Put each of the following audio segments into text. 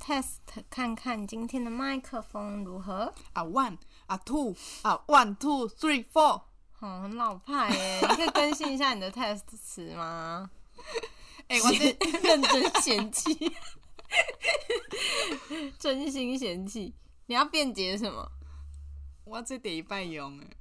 test 看看今天的麦克风如何啊 one 啊 two 啊 1 2 3 4。 很老派耶！你可以更新一下你的 test 词吗？ 我这认真嫌弃，真心嫌弃。你要辩解什么？ 我这第一摆用的。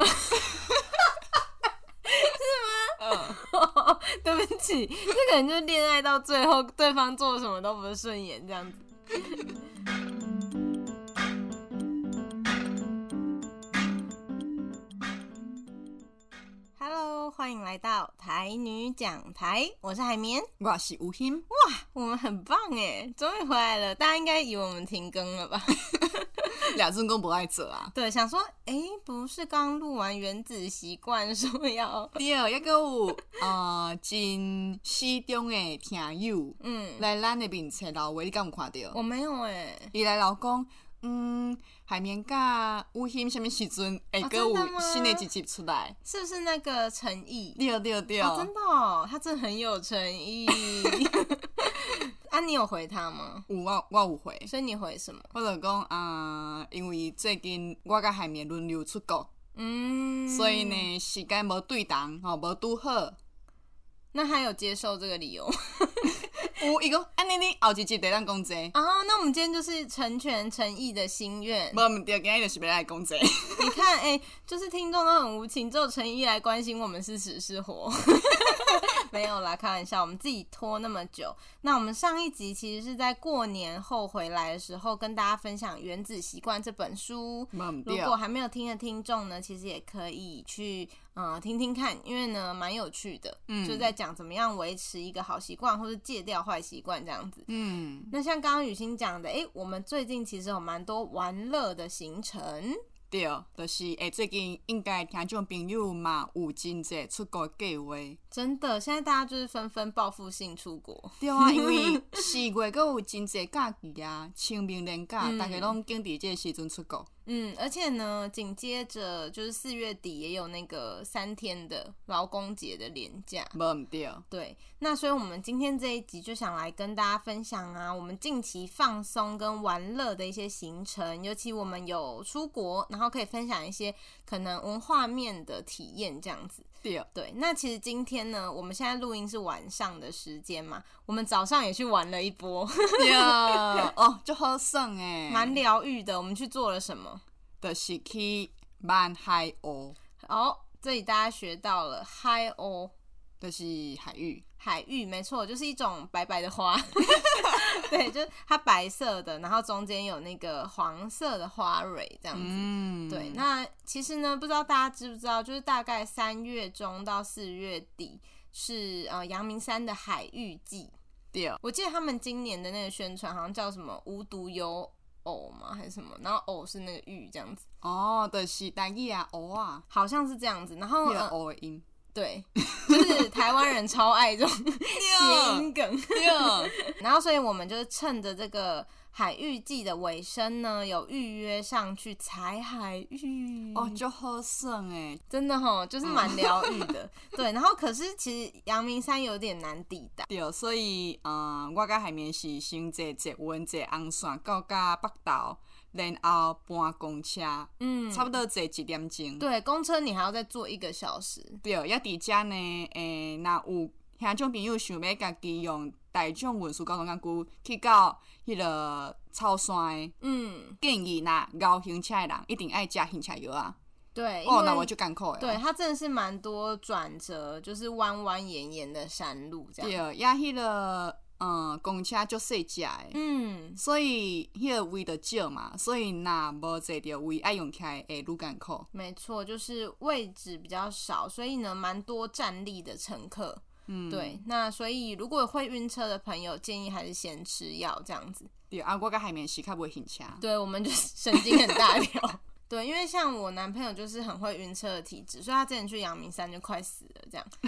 对不起，这可能就恋爱到最后，对方做什么都不顺眼这样子。Hello， 欢迎来到台女讲台，我是海绵， 我是吴昕。 哇，我们很棒耶，终于回来了。大家应该以为我们停更了吧？ 俩阵讲不爱做啊。 对，想说，不是刚录完《原子习惯》说要对，还佫有真死忠的听友，来咱的面册留话，你敢有看到？ 我没有耶。 伊来留讲，海绵甲吴昕什么时阵会佫有新的一集出来？ 是不是那个诚意？ 对， 真的哦，他真的很有诚意。啊，你有回他吗？ 有，我有回。 所以你回什么？ 我就讲因为最近我甲海绵轮流出国，所以呢时间无对同，无拄好。 那他有接受这个理由？ 有，伊讲安尼你后一集得咱讲这啊，那我们今天就是成全诚意的心愿。 无毋对，今日就是要来讲这你看，就是听众都很无情，只有诚意来关心我们是死是活。没有啦，开玩笑，我们自己拖那么久。那我们上一集其实是在过年后回来的时候，跟大家分享《原子习惯》这本书。如果还没有听的听众呢，其实也可以去听听看，因为呢蛮有趣的，就是在讲怎么样维持一个好习惯，或是戒掉坏习惯这样子。那像刚刚雨欣讲的，我们最近其实有蛮多玩乐的行程。 对，就是最近应该听众朋友嘛有真侪出国计划。 真的，现在大家就是纷纷报复性出国。 对啊，因为4月还有真侪假期啊，清明连假，大家拢紧伫这个时阵出国。 而且呢，紧接着就是4月底也有那个3天的劳工节的连假。 没对。 对，那所以我们今天这一集就想来跟大家分享啊，我们近期放松跟玩乐的一些行程，尤其我们有出国，然后可以分享一些可能文化面的体验这样子。对，那其实今天呢，我们现在录音是晚上的时间嘛，我们早上也去玩了一波。 对，就好爽诶， 蛮疗愈的。我们去做了什么？ 就是去玩海鸥。 这里大家学到了海鸥， 就是海芋没错，就是一种白白的花。对，就是它白色的，然后中间有那个黄色的花蕊这样子。对，那其实呢，不知道大家知不知道，就是大概3月中到4月底是阳明山的海芋季。 对， 我记得他们今年的那个宣传好像叫什么无独有偶吗还是什么，然后偶是那个芋这样子。 就是台语啊，偶啊， 好像是这样子。然后偶的音。 对，就是台湾人超爱这种谐音梗。然后所以我们就是趁着这个海芋季的尾声呢，有预约上去采海芋。 就好爽耶， 真的就是蛮疗愈的。对，然后可是其实阳明山有点难抵达。 对，所以我甲海绵是先坐捷运坐红线到北投，然后搬公车，差不多坐1点钟。 对，公车你还要再坐1个小时。 对，也伫遮呢，若有听众朋友想要家己用大众运输交通工具去到迄个草山的，建议若高行车的人一定爱食行车药啊。 对， 那我就艰苦的。 对，它真的是蛮多转折，就是弯弯延延的山路这样。 对，也迄个公车足细只的，所以迄个位就少嘛，所以若无坐着位爱用起来会愈艰苦。 没错，就是位置比较少，所以呢蛮多站立的乘客。对，那所以如果会晕车的朋友，建议还是先吃药这样子。 对啊，我甲海绵是较袂晕车。 对，我们就是神经很大条。对，因为像我男朋友就是很会晕车的体质，所以他之前去阳明山就快死了这样。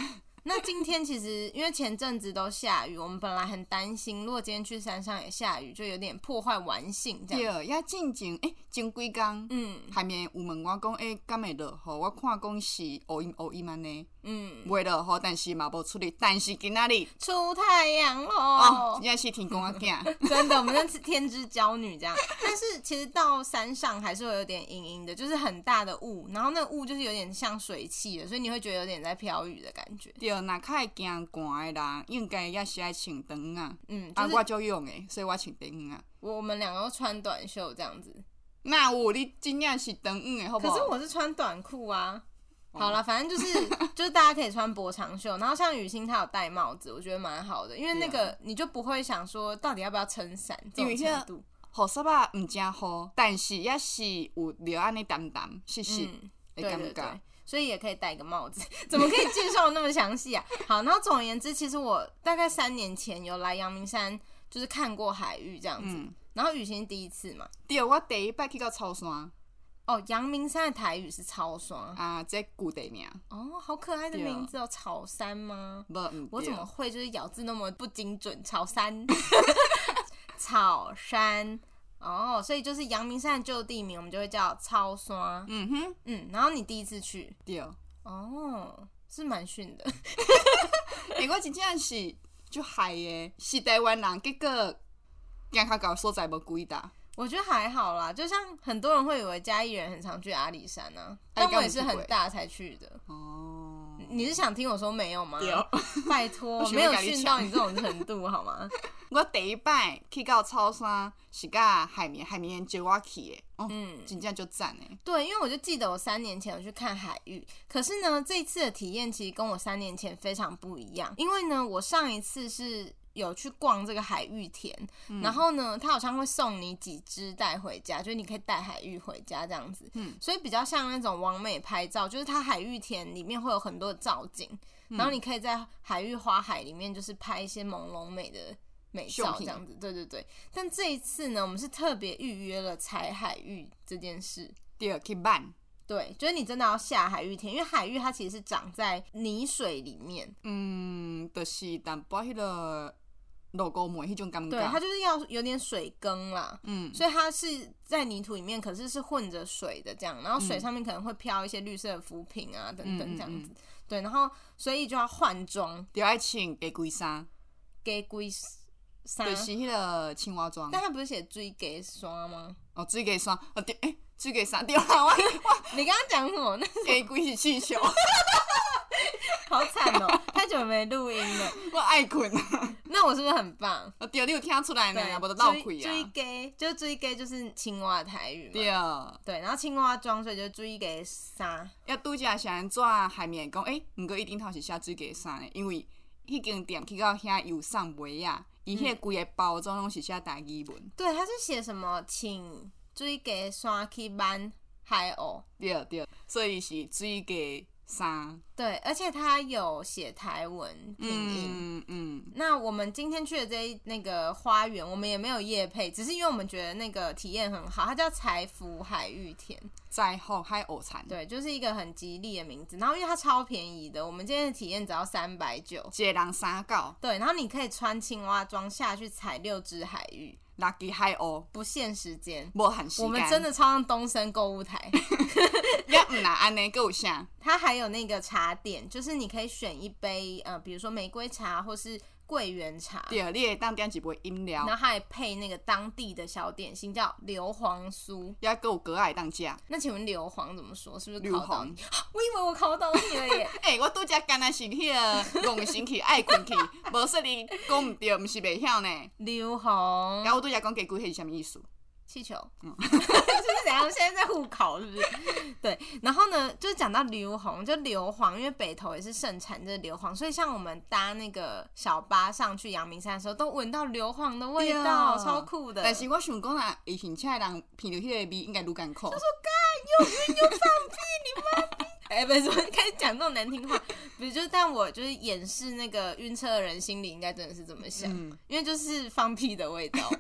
那今天其实因为前阵子都下雨，我们本来很担心，如果今天去山上也下雨，就有点破坏玩性这样。 对，也进前前几天，下面有问我讲，敢会落雨？我看讲是乌阴安尼，袂落雨，但是嘛无出力，但是今仔日出太阳咯！ 哦，真是天公仔囝， 真的，我们真是天之娇女这样。但是其实到山上还是会有点阴阴的，就是很大的雾，然后那个雾就是有点像水汽的，所以你会觉得有点在飘雨的感觉。 对，若较会惊寒的人，应该也是爱穿长啊。 就是我就用的，所以我穿长啊。 我们两个都穿短袖这样子。 那有你真正是长的，好不好？ 可是我是穿短裤啊。好啦，反正就是大家可以穿薄长袖，然后像雨欣她有戴帽子，我觉得蛮好的，因为那个你就不会想说到底要不要撑伞这种程度。 雨伞啊，唔真好，但是也是有留安尼淡淡湿湿的感觉。 对，所以也可以戴个帽子。怎么可以介绍那么详细啊？好，然后总而言之，其实我大概3年前有来阳明山，就是看过海芋这样子。然后雨欣第一次嘛。 对，我第一摆去到草山。 哦，阳明山的台语是草山啊，这古地名。 哦，好可爱的名字哦，草山吗？我怎么会就是咬字那么不精准？草山，草山。哦，所以就是阳明山的旧地名，我们就会叫草山。然后你第一次去？ 对。 哦，是蛮逊的。 我真正是就害的，是台湾人，结果行较到所在无几搭。 我觉得还好啦，就像很多人会以为嘉义人很常去阿里山啊，但我也是很大才去的。哦，你是想听我说没有吗？有，拜托，没有训到你这种程度好吗？ 我第一摆去到草山是甲海绵招我去的，真正就赞诶。 对，因为我就记得我3年前有去看海芋，可是呢，这一次的体验其实跟我3年前非常不一样，因为呢，我上一次是有去逛这个海芋田，然后呢，他好像会送你几只带回家，就是你可以带海芋回家这样子，所以比较像那种网美拍照，就是它海芋田里面会有很多的造景，然后你可以在海芋花海里面就是拍一些朦胧美的美照这样子，对。但这一次呢，我们是特别预约了采海芋这件事， 对，去办。 对，就是你真的要下海芋田，因为海芋它其实是长在泥水里面， 就是淡薄迄个落沟梅迄种感觉。 对，它就是要有点水耕啦，所以它是在泥土里面，可是是混着水的这样，然后水上面可能会飘一些绿色的浮萍啊等等这样子，对，然后所以就要换装， 就要穿鸡龟衫， 鸡龟衫就是迄个青蛙装， 但它不是写水鸡衫吗？ 哦，水鸡衫，对，水鸡衫对啦，我你刚刚讲什么？ 鸡龟是气球。 好惨哦，太久没录音了， 我爱困啊。 那我是不是很棒？ 对，你有听出来呢，无就闹开啊。 水鸡就是青蛙的台语嘛。 对，然后青蛙装，所以就水鸡衫。 要拄则是安怎海面讲？毋过伊顶头是写水鸡衫的，因为迄间店去到遐有送卖啊，伊迄个规个包装拢是写台语文。 对，他是写什么？请水鸡衫去挽海鸥。 对，所以是水鸡衫。 对，而且它有写台文拼音。那我们今天去的那个花园，我们也没有业配，只是因为我们觉得那个体验很好，它叫财福海芋田。 在后海偶餐。 对，就是一个很吉利的名字。然后因为它超便宜的，我们今天的体验只要390， 一个人390。 对，然后你可以穿青蛙装下去采6只海芋。 6支海鸥， 不限时间， 无限时间。 我们真的超像东森购物台。 也毋若安尼，还有啥？ 它还有那个茶点，就是你可以选一杯比如说玫瑰茶或是桂圆茶。 对，你会当点一杯饮料， 然后还配那个当地的小点心，叫硫磺酥， 也还有果仔当食。 那请问硫磺怎么说？是不是考到你？我以为我考到你了耶！ 我拄则干那是迄个戆身去爱困去，无说你讲毋对，毋是袂晓呢。 硫磺。 然后我拄则讲鸡龟，迄是啥物意思？ 气球，就是怎样？现在在互考是不是？对，然后呢，就是讲到硫磺，就硫磺，因为北投也是盛产这硫磺，所以像我们搭那个小巴上去阳明山的时候，都闻到硫磺的味道，超酷的。 但是我想讲啦，会行车的人闻到迄个味，应该愈艰苦。 就说干又晕又放屁，你妈逼！不是，开始讲这种难听话。比如就是，但我就是掩饰那个晕车的人心里应该真的是这么想，因为就是放屁的味道。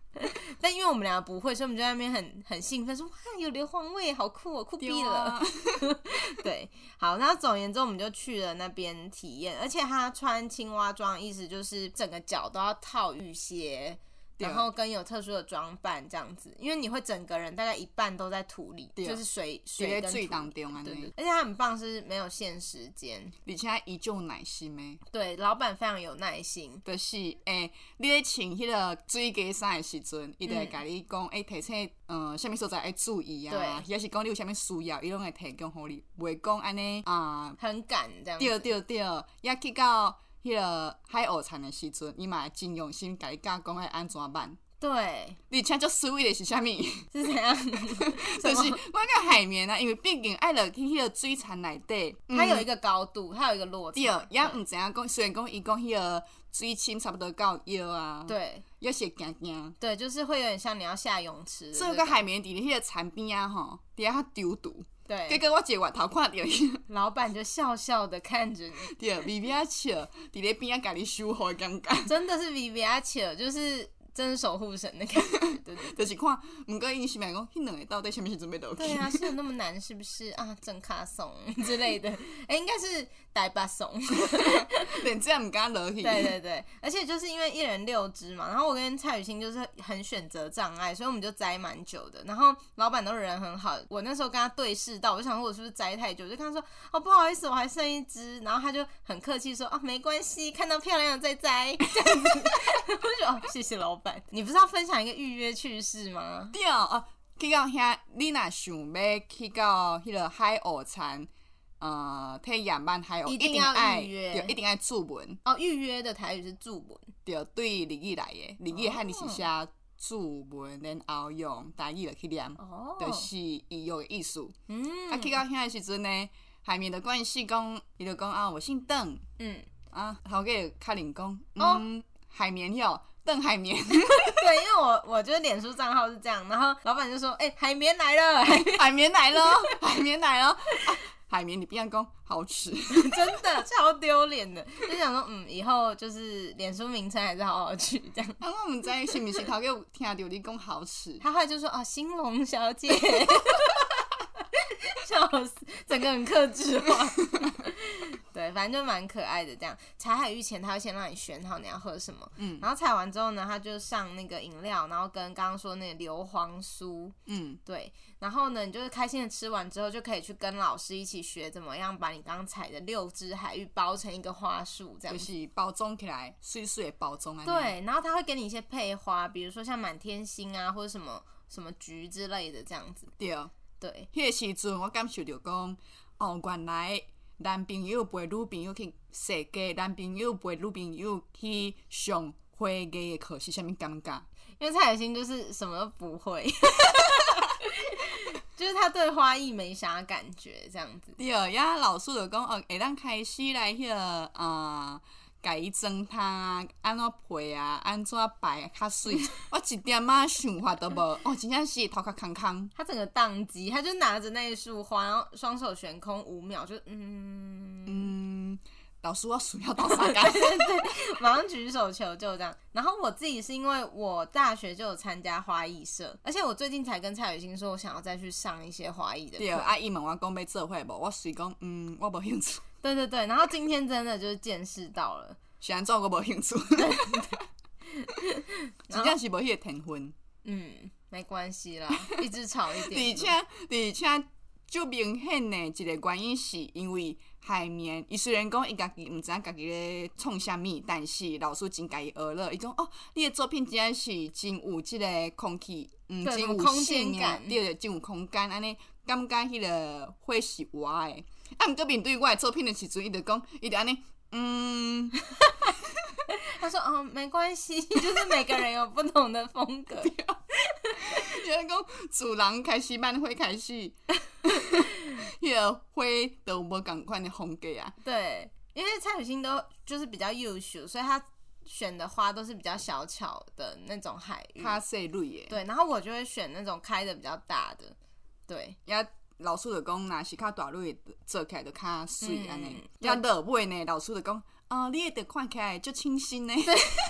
但因为我们两个不会，所以我们就在那边很兴奋，说哇有硫磺味，好酷哦，酷毙了。对，好，那总而言之我们就去了那边体验，而且他穿青蛙装，意思就是整个脚都要套雨鞋。然后跟有特殊的装扮这样子，因为你会整个人大概一半都在土里，就是水跟土水当中啊， 对，而且它很棒，是没有限时间， 而且伊就有耐心的。 对，老板非常有耐心。 就是你咧穿迄个水鸡衫的时阵，伊就会甲你讲，提醒什么所在要注意啊，或是讲你有啥物需要，伊拢会提供互你，袂讲安尼很赶这样子。 对，也去到迄个海蚵餐的时阵，伊嘛会真用心甲你教讲要安怎办。 对， 而且足水的是啥物？ 是怎样？ 就是我个海绵啊，因为毕竟爱落去迄个水槽内底， 它有一个高度，它有一个落差。 对，也毋知影讲，虽然讲伊讲迄个水深差不多到腰啊， 对， 也是会惊。 对，就是会有点像你要下泳池的。 所以个海绵伫咧迄个残边啊吼，伫遐丢毒。 对， 结果我一个月头看到伊， 老板就笑笑的看着你， 对，微微啊笑，伫咧边啊甲你守护的感觉， 真的是微微啊笑，就是真是守护神的感觉，对， 就是看，毋过因心内讲，迄两个到底什么时阵要落去？ 对啊，是有那么难是不是啊？整卡怂之类的，应该是台北怂， 连这样毋敢落去。 对，而且就是因为一人6只嘛，然后我跟蔡雨欣就是很选择障碍，所以我们就摘蛮久的。然后老板都人很好，我那时候跟他对视到，我就想说我是不是摘太久，就跟他说哦不好意思，我还剩1只，然后他就很客气说没关系，看到漂亮的再摘这样子。我就说谢谢老板。你不是要分享一个预约趣事吗？ 对哦，去到遐，你若想要去到迄个海蚵餐，体验版海蚵， 一定要预约， 对，一定要注文。 预约的台语是注文， 对，对日语来的，日语汉字是写注文，然后用台语来去念，就是伊有的意思。去到遐的时阵呢，海绵的关系讲，伊就讲我姓邓，头家较认讲，海绵哟。邓海绵，对， 因为我觉得脸书账号是这样，然后老板就说：“海绵来了， 海绵来了，海绵来了。”海绵，你边讲好吃， 真的超丢脸的，就想说，以后就是脸书名称还是好好取这样。 我唔知是不是头家有听到你讲好吃， 他后来就说：“兴隆小姐。”笑死，整个很客制化。对，反正就蛮可爱的这样。采海芋前，他会先让你选好你要喝什么，然后采完之后呢，他就上那个饮料，然后跟刚刚说那个硫磺酥，对，然后呢，你就是开心的吃完之后，就可以去跟老师一起学怎么样把你刚采的6只海芋包成一个花束，这样就是包装起来，水水的包装。 对，然后他会给你一些配花，比如说像满天星啊，或者什么菊之类的这样子。对， 迄个时阵我感受到讲，原来男朋友陪女朋友去踅街，男朋友陪女朋友去上花艺的课是啥物感觉？ 因为蔡雨欣就是什么都不会，就是他对花艺没啥感觉这样子。 对，呀，老师就讲会当开始来迄个甲伊装汤啊，安怎配啊，安怎摆较水，我一点仔想法都无，真正是头壳空空。 他整个宕机，他就拿着那一束花，然后双手悬空5秒，就老师我需要到啥干？ 对，马上举手求救这样。然后我自己是因为我大学就有参加花艺社，而且我最近才跟蔡雨欣说，我想要再去上一些花艺的课。 对，伊问我讲要做伙无，我随讲我无兴趣。 对，然后今天真的就是见识到了， 是安怎我无兴趣？真正是无迄个天分。 没关系啦，一直吵一点。 而且最明显的一个原因是因为海绵，伊虽然讲伊家己毋知影家己咧创啥物，但是老师真甲伊学了，伊讲你的作品真正是真有即个空气，真有空性间感， 对，真有空间，安尼感觉迄个花是活的。毋过面对我的作品的时阵，伊就讲，伊就安尼， 他说没关系，就是每个人有不同的风格。 因为讲自人开始慢花开始，迄个花都无同款的风格啊。 对，因为蔡雨欣都就是比较优秀，所以他选的花都是比较小巧的那种海芋， 较细蕊的。 对，然后我就会选那种开的比较大的。对， 也老师就讲，若是较大蕊的做起来就较水安尼。也落尾呢，老师就讲，你的看起来就清新呢。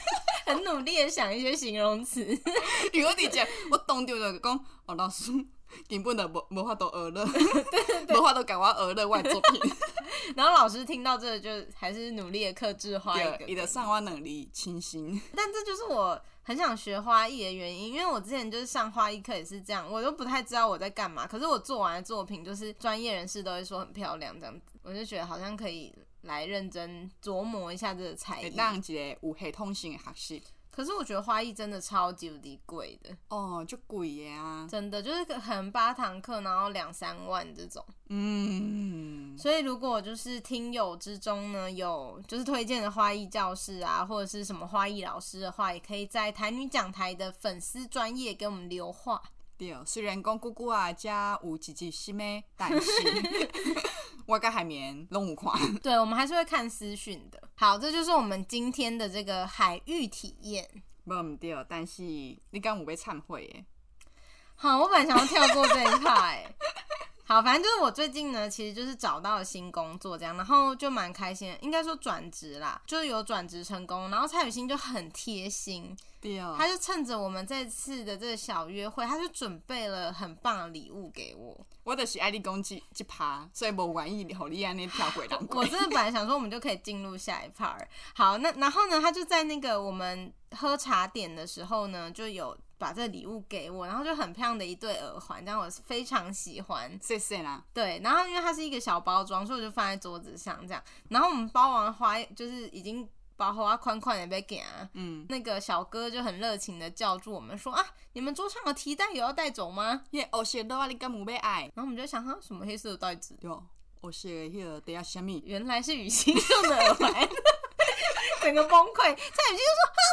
很努力的想一些形容词。 因为我伫遮，我当场就讲，哦，老师根本就无法度学了，无法度甲我学了我的作品。 然后老师听到这个，就还是努力的客制化一个， 伊就送我两字清新。 但这就是我很想学花艺的原因，因为我之前就是上花艺课也是这样，我都不太知道我在干嘛，可是我做完的作品就是专业人士都会说很漂亮这样子，我就觉得好像可以来认真琢磨一下这个才艺， 会当一个有系统性的学习。 可是我觉得花艺真的超级无敌贵的哦，就贵的啊！ 真的就是可能8堂课，然后2-3万这种。所以如果就是听友之中呢，有就是推荐的花艺教室啊，或者是什么花艺老师的话，也可以在台女讲台的粉丝专页给我们留话。 对，虽然讲姑姑啊，遮有一集心的，但是我甲海绵拢有看。 对，我们还是会看私讯的。好，这就是我们今天的这个海域体验。 无毋对，但是你敢有要忏悔的？ 好，我本来想要跳过这一趴好，反正就是我最近呢，其实就是找到了新工作这样，然后就蛮开心的，应该说转职啦，就是有转职成功，然后蔡雨欣就很贴心， 对， 他就趁着我们这次的这个小约会，他就准备了很棒的礼物给我。 我就是爱你讲这趴，所以无愿意互你安尼跳过人过。 我真的本来想说我们就可以进入下一 part。好，那然后呢，他就在那个我们喝茶点的时候呢，就有把这个礼物给我，然后就很漂亮的一对耳环，这样我非常喜欢。 谢谢啦。 对，然后因为它是一个小包装，所以我就放在桌子上这样。然后我们包完花，就是已经把花宽宽的被给那个小哥就很热情的叫住我们说啊，你们桌上的提袋有要带走吗？ 黑色的你敢有要爱？ 然后我们就想哈，什么黑色的袋子？ 对，黑色的迄个底下什么？ 原来是雨欣用的耳环，整个崩溃。蔡雨欣就说啊，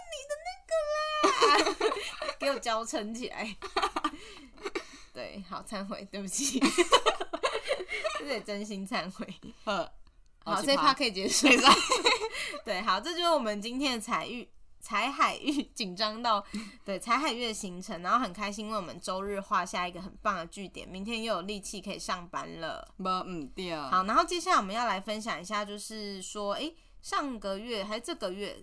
我是你的那个啦，给我娇嗔起来。对，好忏悔，对不起，这得真心忏悔。好，这一趴可以结束。对，好，这就是我们今天的采海域紧张到对采海域的行程，然后很开心，因为我们周日画下一个很棒的句点，明天又有力气可以上班了。 无对。 好，然后接下来我们要来分享一下，就是说，上个月还是这个月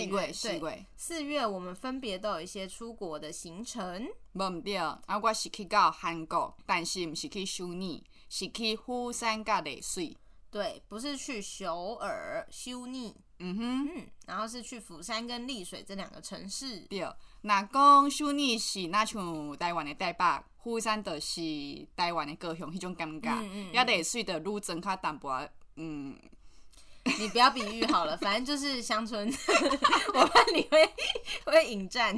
，4月我们分别都有一些出国的行程。 无对，我是去到韩国，但是不是去首尔，是去釜山甲丽水。对， 不是去首尔、修逆，然后是去釜山跟丽水这2个城市。 对，若讲首尔是若像台湾的台北，釜山就是台湾的高雄，迄种感觉。丽水就愈装较淡薄。 你不要比喻好了，反正就是乡村，我怕你会引战。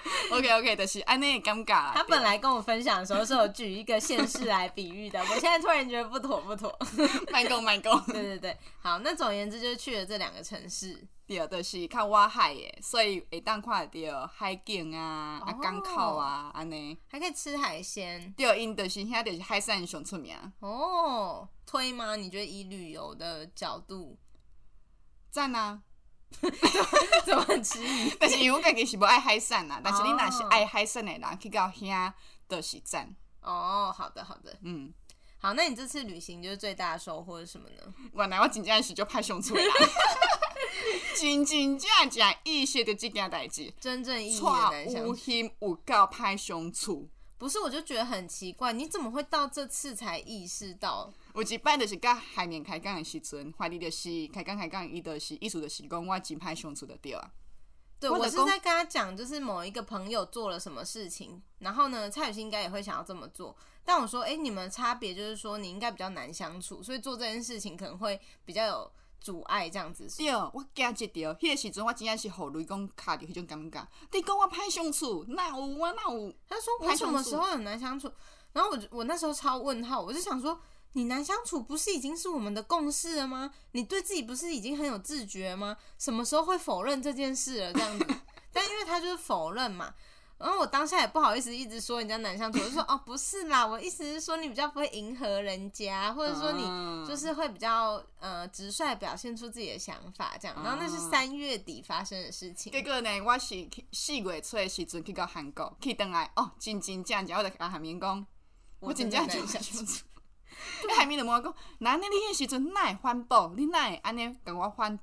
OK， 就是安尼的感觉啦。 他本来跟我分享的时候是有举一个县市来比喻的，我现在突然觉得不妥。 慢讲。 对，好，那总而言之就是去了这2个城市。 对，就是较外海的，所以会当看得到海景啊、港口啊，安尼。 还可以吃海鲜。 对，因就是遐就是海产上出名。 推吗？你觉得以旅游的角度？ 赞啊！ 怎么很迟疑？ 但是因为我家己是无爱海产啊，但是你若是爱海产的人去到遐，就是赞。 好的。好，那你这次旅行就是最大的收获是什么呢？ 原来我真正是就派上出来啦，真正意识到这件代志， 真正意义的难相处， 有心有够派上处。 不是，我就觉得很奇怪，你怎么会到这次才意识到？ 有一摆就是甲海绵开讲的时阵，怀疑就是开讲，伊就是意思就是讲我真歹相处就对啊。 对，我是在跟他讲，就是某一个朋友做了什么事情，然后呢，蔡雨欣应该也会想要这么做。但我说，你们差别就是说，你应该比较难相处，所以做这件事情可能会比较有阻碍这样子。 对，我惊一条，迄个时阵我真正是互雷公卡着迄种感觉。你讲我歹相处，哪有？ 他说我什么时候很难相处？然后我那时候超问号，我就想说，你难相处不是已经是我们的共识了吗？你对自己不是已经很有自觉吗？什么时候会否认这件事了？这样子，但因为他就是否认嘛。然后我当下也不好意思一直说人家难相处，我就说不是啦，我意思是说你比较不会迎合人家，或者说你就是会比较直率表现出自己的想法这样。然后那是3月底发生的事情。 结果呢，我是4月初的时阵去到韩国，去回来真正，我就跟海绵讲，我真正难相处。海绵就问我讲，那你迄时阵哪会反驳？你哪会安尼跟我反对？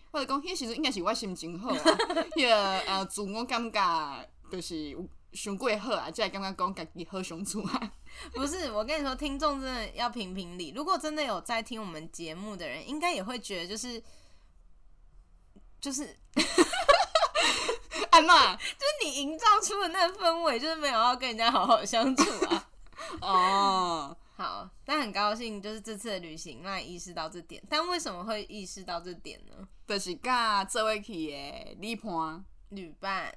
我就讲，迄时阵应该是我心情好啊，迄个自我感觉就是有伤过好啊，才会感觉讲家己好相处啊。 不是，我跟你说，听众真的要评评理。如果真的有在听我们节目的人，应该也会觉得就是安怎？ 就是你营造出的那个氛围，就是没有要跟人家好好相处啊。 哦， 好，但很高兴，就是这次的旅行让你意识到这点。但为什么会意识到这点呢？ 就是甲做伙去的旅伴， 旅伴，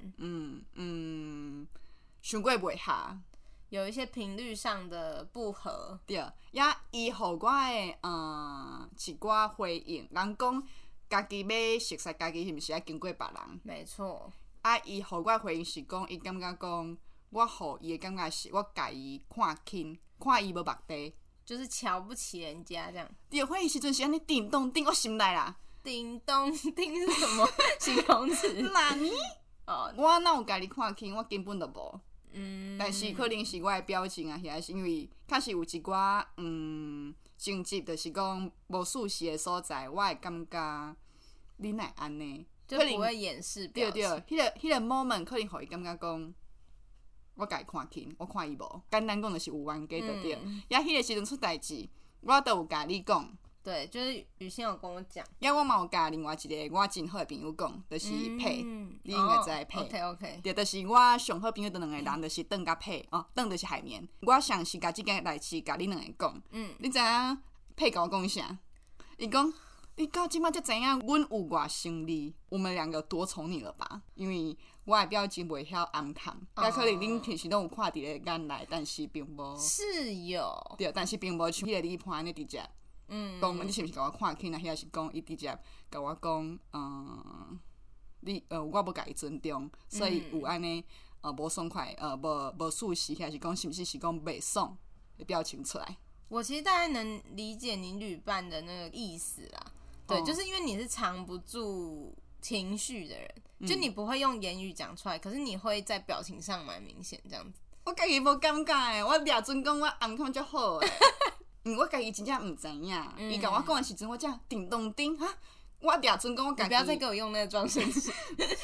伤过袂合。 有一些频率上的不合， 对，也伊互我的一寡回应，人讲家己要熟悉家己是毋是爱经过别人， 没错。 啊，伊互我的回应是讲，伊感觉讲，我互伊的感觉是我甲伊看轻，看伊无目的， 就是瞧不起人家这样。 对，回应时阵是安尼叮咚叮我心内啦， 叮咚叮是什么形容词？ 哪呢？ 哦， 我哪有甲你看轻？我根本就无。但是可能是我的表情啊，遐是因为确实有一寡争执，就是讲无属实的所在，我会感觉你哪会安尼？ 就不会掩饰表情。 对，迄个 moment 可能互伊感觉讲，我甲伊看轻，我看伊无。简单讲就是有冤家就对。也迄个时阵出代志，我都有甲你讲。 对，就是雨欣有跟我讲， 也我嘛有甲另外一个我真好的朋友讲，就是佩，你应该知佩。 OK， 对，就是我上好朋友的两个人，就是邓甲佩哦，邓就是海绵。我尝试甲即件代志甲你两个讲，你知影佩甲我讲啥？伊讲你到即摆才知影，阮有偌生你，我们两个多宠你了吧？因为我的表情袂晓暗藏，也可能恁平时拢有看伫咧眼内，但是并无是有对，但是并无像迄个李潘安尼直接。讲你是毋是甲我看起？那遐是讲伊直接甲我讲，你我无甲伊尊重，所以有安尼无爽快，无舒适，遐是讲是毋是讲袂爽的表情出来。 我其实大概能理解你旅伴的那个意思啦，对，就是因为你是藏不住情绪的人，就你不会用言语讲出来，可是你会在表情上蛮明显这样子。 我家己无感觉诶，我掠准讲我暗看足好诶。我家己真正毋知影，伊甲我讲的时阵，我真叮咚叮哈，我掠准讲我家己。 不要再给我用那个装声词。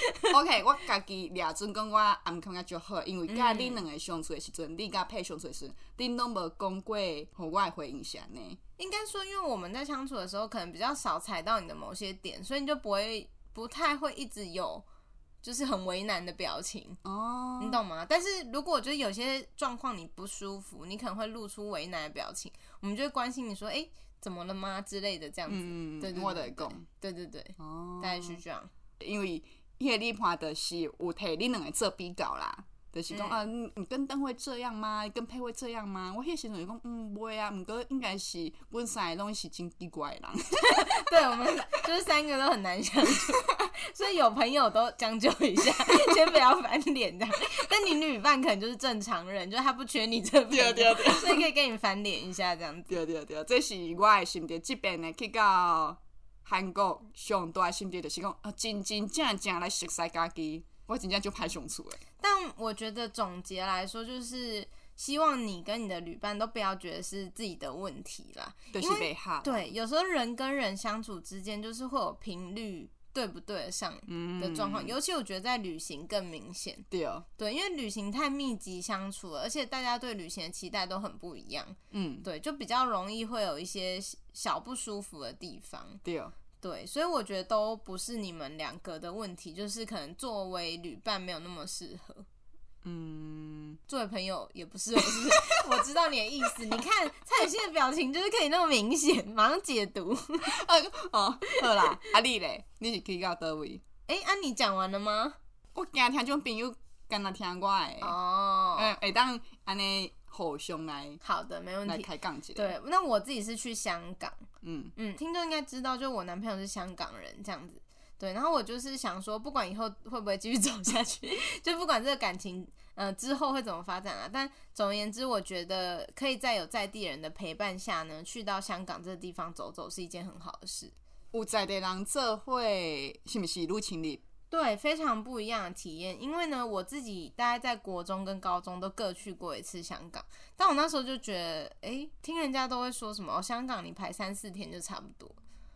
OK， 我家己掠准讲我暗感觉足好，因为甲恁两个相处的时阵，你甲配相处的时阵，恁拢无讲过互我的回应是安尼。 应该说，因为我们在相处的时候，可能比较少踩到你的某些点，所以你就不太会一直有。就是很为难的表情哦，你懂吗？但是如果就是有些状况你不舒服，你可能会露出为难的表情，我们就会关心你说，怎么了吗之类的这样子。对， 我就会讲， 对，哦，大概是这样。 因为迄个你看就是有摕恁两个做比较啦。就是讲你跟灯会这样吗？你跟佩会这样吗？我迄时阵就讲袂啊，毋过应该是阮三个拢是真奇怪的人。 对，我们就是三个都很难相处，所以有朋友都将就一下，先不要翻脸这样。但你旅伴可能就是正常人，就是他不缺你这边，对，所以可以跟你翻脸一下这样子。 对，这是我的心得。这边呢去到韩国上大的心得就是讲真正来熟悉家己。我真正就歹相处诶， 但我觉得总结来说，就是希望你跟你的旅伴都不要觉得是自己的问题啦， 就是袂合。 对，有时候人跟人相处之间，就是会有频率对不对得上的状况，尤其我觉得在旅行更明显。对，因为旅行太密集相处了，而且大家对旅行的期待都很不一样。对，就比较容易会有一些小不舒服的地方。对，所以我觉得都不是你们两个的问题，就是可能作为旅伴没有那么适合。作为朋友也不适合，是不是？我知道你的意思。你看蔡雨欣的表情就是可以那么明显，马上解读。 好啦，你咧？你是去到倒位？ 你讲完了吗？ 我惊听种朋友干那听我的。哦。会当安尼。互相来， 好的，没问题。 来开杠一下。 对，那我自己是去香港，听众应该知道，就我男朋友是香港人这样子。对，然后我就是想说，不管以后会不会继续走下去，就不管这个感情，之后会怎么发展啦。但总而言之，我觉得可以在有在地人的陪伴下呢，去到香港这个地方走走，是一件很好的事。 有在地人做伙，是不是愈亲密？ 对，非常不一样的体验。因为呢，我自己大概在国中跟高中都各去过一次香港，但我那时候就觉得，听人家都会说什么香港你排3-4天就差不多。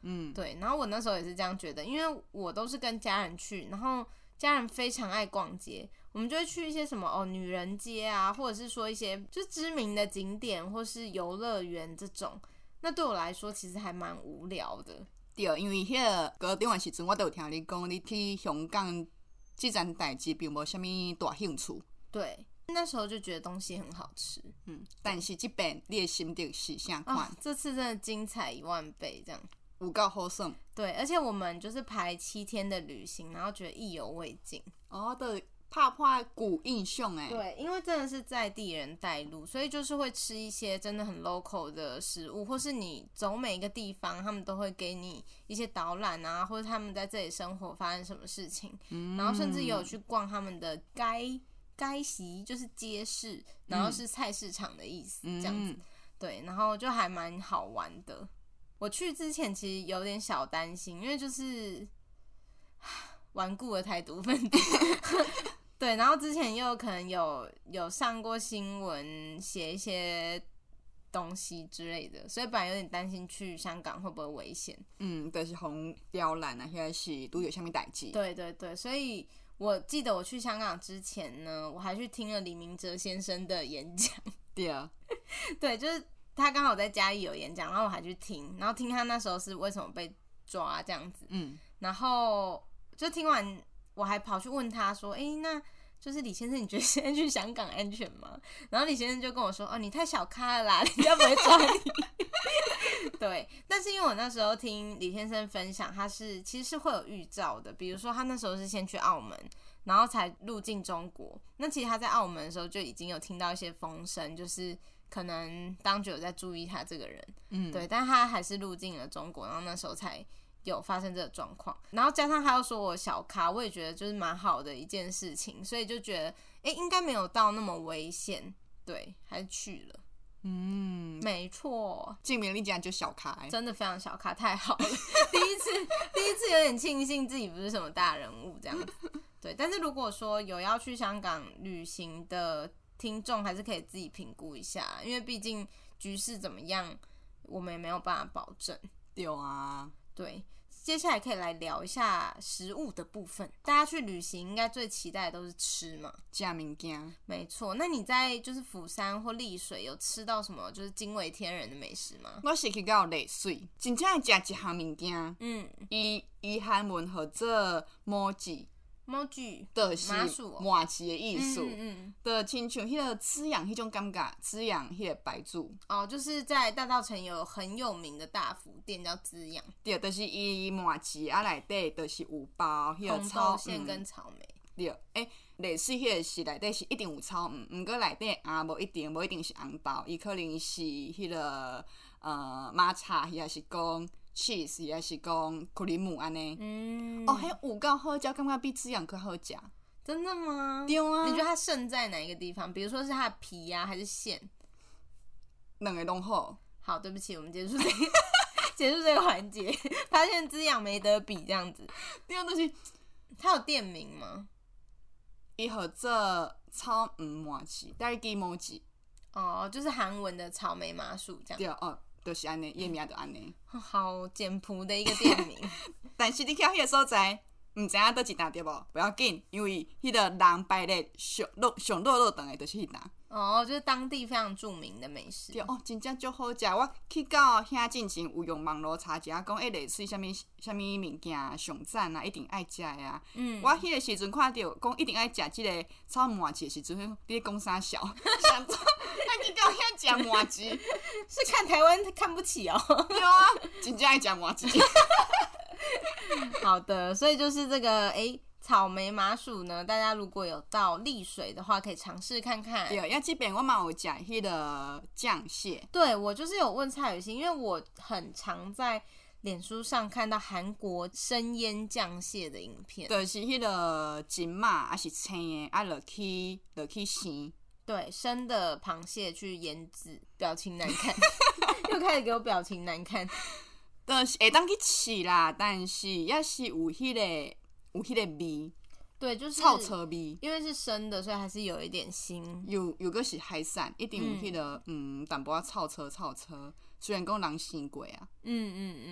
对。然后我那时候也是这样觉得，因为我都是跟家人去，然后家人非常爱逛街，我们就会去一些什么女人街啊，或者是说一些就知名的景点或是游乐园这种。那对我来说其实还蛮无聊的。 对，因为迄个高中的时阵，我都有听你讲，你去香港这件代志并无啥物大兴趣。 对，那时候就觉得东西很好吃。 但是这边你的心得是啥款？ 这次真的精彩10000倍，这样有够好耍。 对，而且我们就是排7天的旅行，然后觉得意犹未尽。 就拍破古印象诶。 对，因为真的是在地人带路，所以就是会吃一些真的很 local 的食物，或是你走每一个地方，他们都会给你一些导览啊，或者他们在这里生活发生什么事情，然后甚至也有去逛他们的街市，就是街市，然后是菜市场的意思，这样子。对，然后就还蛮好玩的。我去之前其实有点小担心，因为就是顽固的台独分子。对，然后之前又可能有上过新闻，写一些东西之类的，所以本来有点担心去香港会不会危险。 就是红刁难啊，或者是都有啥物代志。 对对对，所以我记得我去香港之前呢，我还去听了李明哲先生的演讲。 对， 对，就是他刚好在嘉义有演讲，然后我还去听，然后听他那时候是为什么被抓这样子。然后就听完。我还跑去问他说：“那就是李先生，你觉得现在去香港安全吗？”然后李先生就跟我说：“你太小咖了啦，人家不会抓你。”对，但是因为我那时候听李先生分享，他其实是会有预兆的，比如说他那时候是先去澳门，然后才入境中国。那其实他在澳门的时候就已经有听到一些风声，就是可能当局有在注意他这个人，对，但他还是入境了中国，然后那时候才有发生这个状况，然后加上他又说我小咖，我也觉得就是蛮好的一件事情，所以就觉得应该没有到那么危险，对，还是去了。没错， 证明你竟然就小咖真的非常小咖，太好了。第一次有点庆幸自己不是什么大人物这样子。对，但是如果说有要去香港旅行的听众，还是可以自己评估一下，因为毕竟局势怎么样，我们也没有办法保证。 对啊。 对，接下来可以来聊一下食物的部分。大家去旅行应该最期待的都是吃嘛， 吃物件。 没错，那你在就是釜山或丽水有吃到什么就是惊为天人的美食吗？ 我是去到丽水，真正会食一项物件，伊韩文叫做麻糬。 麻糬就是麻糬的意思，就亲像迄个滋养迄种感觉，滋养迄个白煮。 就是在大稻埕有很有名的大福店叫滋养。 对，就是伊麻糬内底就是有包迄个红豆馅跟草莓。 对，丽水迄个是内底是一定有草莓，毋过内底无一定是红豆，伊可能是迄个抹茶，也是讲。cheese 也是讲克里姆安尼，迄有够好食，感觉比滋养更好食。 真的吗？ 对啊。 你觉得它胜在哪一个地方？比如说是它的皮啊，还是馅？ 两个都好。 好，对不起，我们结束这个环节，发现滋养没得比这样子。 对啊，就是它有店名吗？ 伊叫做草麻糬，大概记麻糬。 就是韩文的草莓麻薯这样。 对就是安尼，伊名就安尼。 好简朴的一个店名。 但是你去迄个所在，毋知影倒一单对无？不要紧，因为迄个人排列上热肠的，就是迄单。 就是当地非常著名的美食。 对真正足好食。我去到遐进前有用网络查一下，讲丽水啥物物件上赞啊，一定爱食的啊。我迄个时阵看到讲一定爱食即个炒麻糬的时阵，你咧讲啥小？想做，那去到遐食麻糬， 是看台湾看不起哦。 对啊，真正爱食麻糬。 好的，所以就是这个草莓麻薯呢，大家如果有到丽水的话，可以尝试看看。 对，这边我嘛有食迄个酱蟹。 对，我就是有问蔡雨欣，因为我很常在脸书上看到韩国生腌酱蟹的影片， 就是迄个金嘛，还是青的，落去生。 对，生的螃蟹去腌制，表情难看，又开始给我表情难看。 就是会当去试啦，但是也是有迄个味。 对，就是臭车味， 因为是生的，所以还是有一点腥。 有个是海产，一定有迄个淡薄仔臭车。虽然讲人生过啊，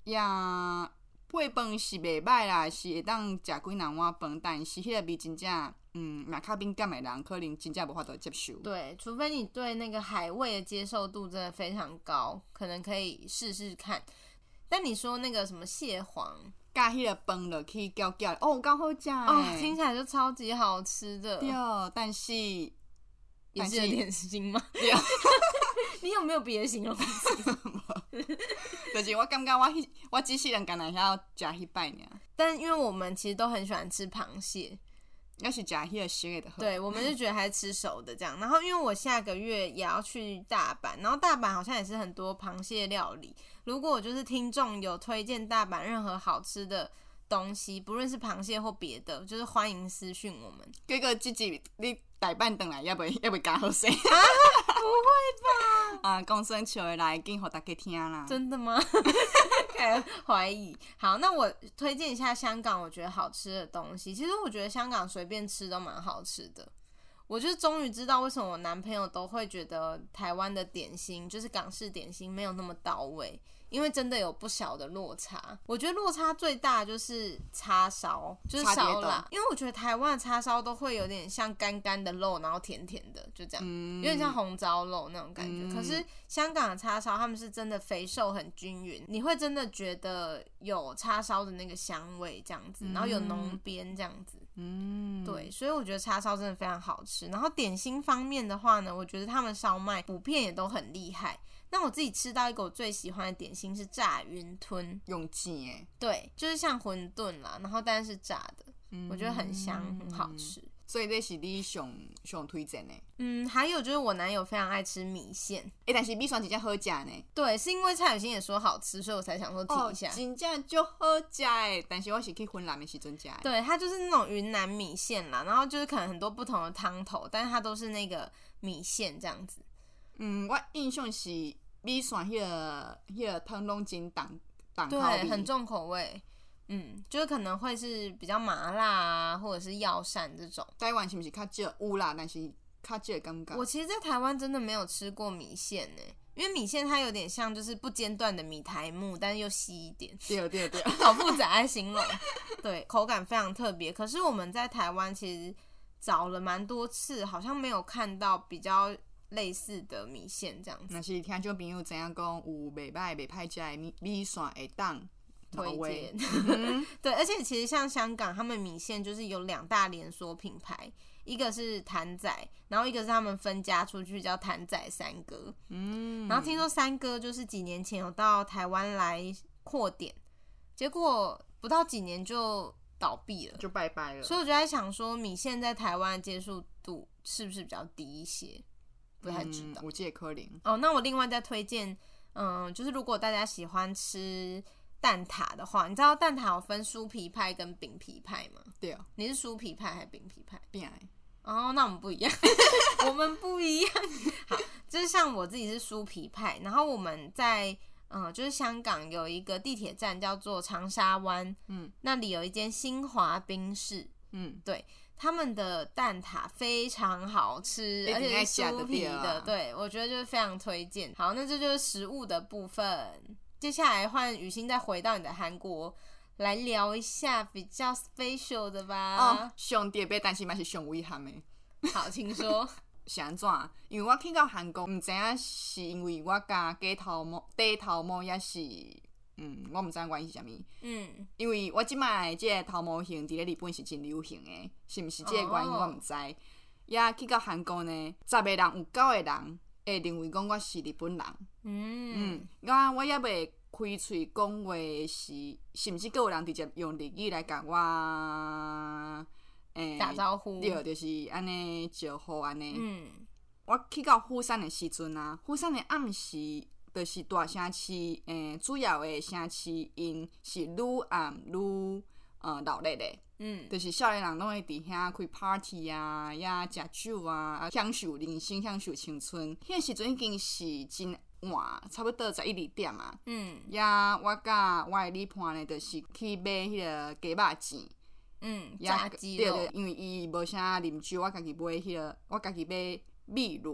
也配饭是袂歹啦，是会当食几两碗饭，但是迄个味真正，若较敏感的人可能真正无法度接受。 对，除非你对那个海味的接受度真的非常高，可能可以试试看。但你说那个什么蟹黄， 甲迄个饭落去搅搅，哦，够好食诶！ 听起来就超级好吃的。 对，但是也是有点腥吗？ 对， 你有没有别的形容词？ 就是我感觉我只世人干那遐食迄摆尔。 但因为我们其实都很喜欢吃螃蟹， 要是食迄个熟的就好。 对，我们就觉得还是吃熟的这样。然后因为我下个月也要去大阪，然后大阪好像也是很多螃蟹料理。如果就是听众有推荐大阪任何好吃的东西，不论是螃蟹或别的，就是欢迎私讯我们。 结果这集你大阪回来也袂加好势。 不会吧？ 公孙笑的来紧，互大家听啦。 真的吗？开始怀疑。好，那我推荐一下香港我觉得好吃的东西。其实我觉得香港随便吃都蛮好吃的。我就终于知道为什么我男朋友都会觉得台湾的点心就是港式点心没有那么到位，因为真的有不小的落差。我觉得落差最大就是叉烧，就是烧腊，因为我觉得台湾的叉烧都会有点像干干的肉，然后甜甜的，就这样，有点像红烧肉那种感觉。可是香港的叉烧他们是真的肥瘦很均匀，你会真的觉得有叉烧的那个香味这样子，然后有浓边这样子。对，所以我觉得叉烧真的非常好吃。然后点心方面的话呢，我觉得他们烧麦普遍也都很厉害。那我自己吃到一个我最喜欢的点心是炸云吞， 用煎诶， 对，就是像馄饨啦，然后但是炸的，我觉得很香，很好吃。 所以这是你上推荐的。 还有就是我男友非常爱吃米线， 但是米线真正好食呢。 对，是因为蔡雨欣也说好吃，所以我才想说提一下。 真正就好食诶，但是我是去云南的时阵食的。 对，它就是那种云南米线啦，然后就是可能很多不同的汤头，但是它都是那个米线这样子。 我印象是米线迄个汤拢真重口味， 对，很重口味。就是可能会是比较麻辣啊，或者是药膳这种。 台湾是不是较少？有啦，但是较少感觉。 我其实，在台湾真的没有吃过米线欸，因为米线它有点像就是不间断的米苔目，但是又细一点。 对， 好复杂来形容。对，口感非常特别。可是我们在台湾其实找了蛮多次，好像没有看到比较类似的米线这样子。 若是听众朋友知影讲有袂歹袂歹食的米线会当推荐。对，而且其实像香港，他们米线就是有2大连锁品牌，一个是谭仔，然后一个是他们分家出去叫谭仔三哥。然后听说三哥就是几年前有到台湾来扩点，结果不到几年就倒闭了， 就拜拜了。 所以我就在想说，米线在台湾的接受度是不是比较低一些？不太知道。 有这个可能。 那我另外再推荐，就是如果大家喜欢吃蛋挞的话，你知道蛋挞有分酥皮派跟饼皮派吗？ 对。 你是酥皮派还是饼皮派？ 饼。 那我们不一样。我们不一样。好，就是像我自己是酥皮派，然后我们在就是香港有一个地铁站叫做长沙湾，那里有一间新华冰室，对，他们的蛋挞非常好吃，而且是酥皮的，对，我觉得就是非常推荐。好，那这就是食物的部分。接下来换雨欣再回到你的韩国来聊一下比较 special 的吧。 上特别，但是嘛是上危险的。 好，请说。 是安怎？因为我去到韩国，毋知影是因为我甲底头毛也是，我毋知影原因是啥物。因为我即摆即个头毛型伫咧日本是真流行的，是毋是即个原因我毋知。也去到韩国呢，10个人有9个人会认为讲我是日本人。我也袂开喙讲话是毋是还有人直接用日语来甲我打招呼？ 对，就是安尼招呼安尼。我去到釜山的时阵啊，釜山的暗时就是大城市，主要的城市因是愈暗愈闹热的。就是少年人拢会伫遐开 party 啊，也食酒啊，享受人生，享受青春。迄个时阵已经是真晚，差不多11、12点啊。也我甲我的女伴呢，就是去买迄个鸡肉煎。 炸鸡肉。 对，因为伊无啥啉酒，我家己买迄个，我家己买秘鲁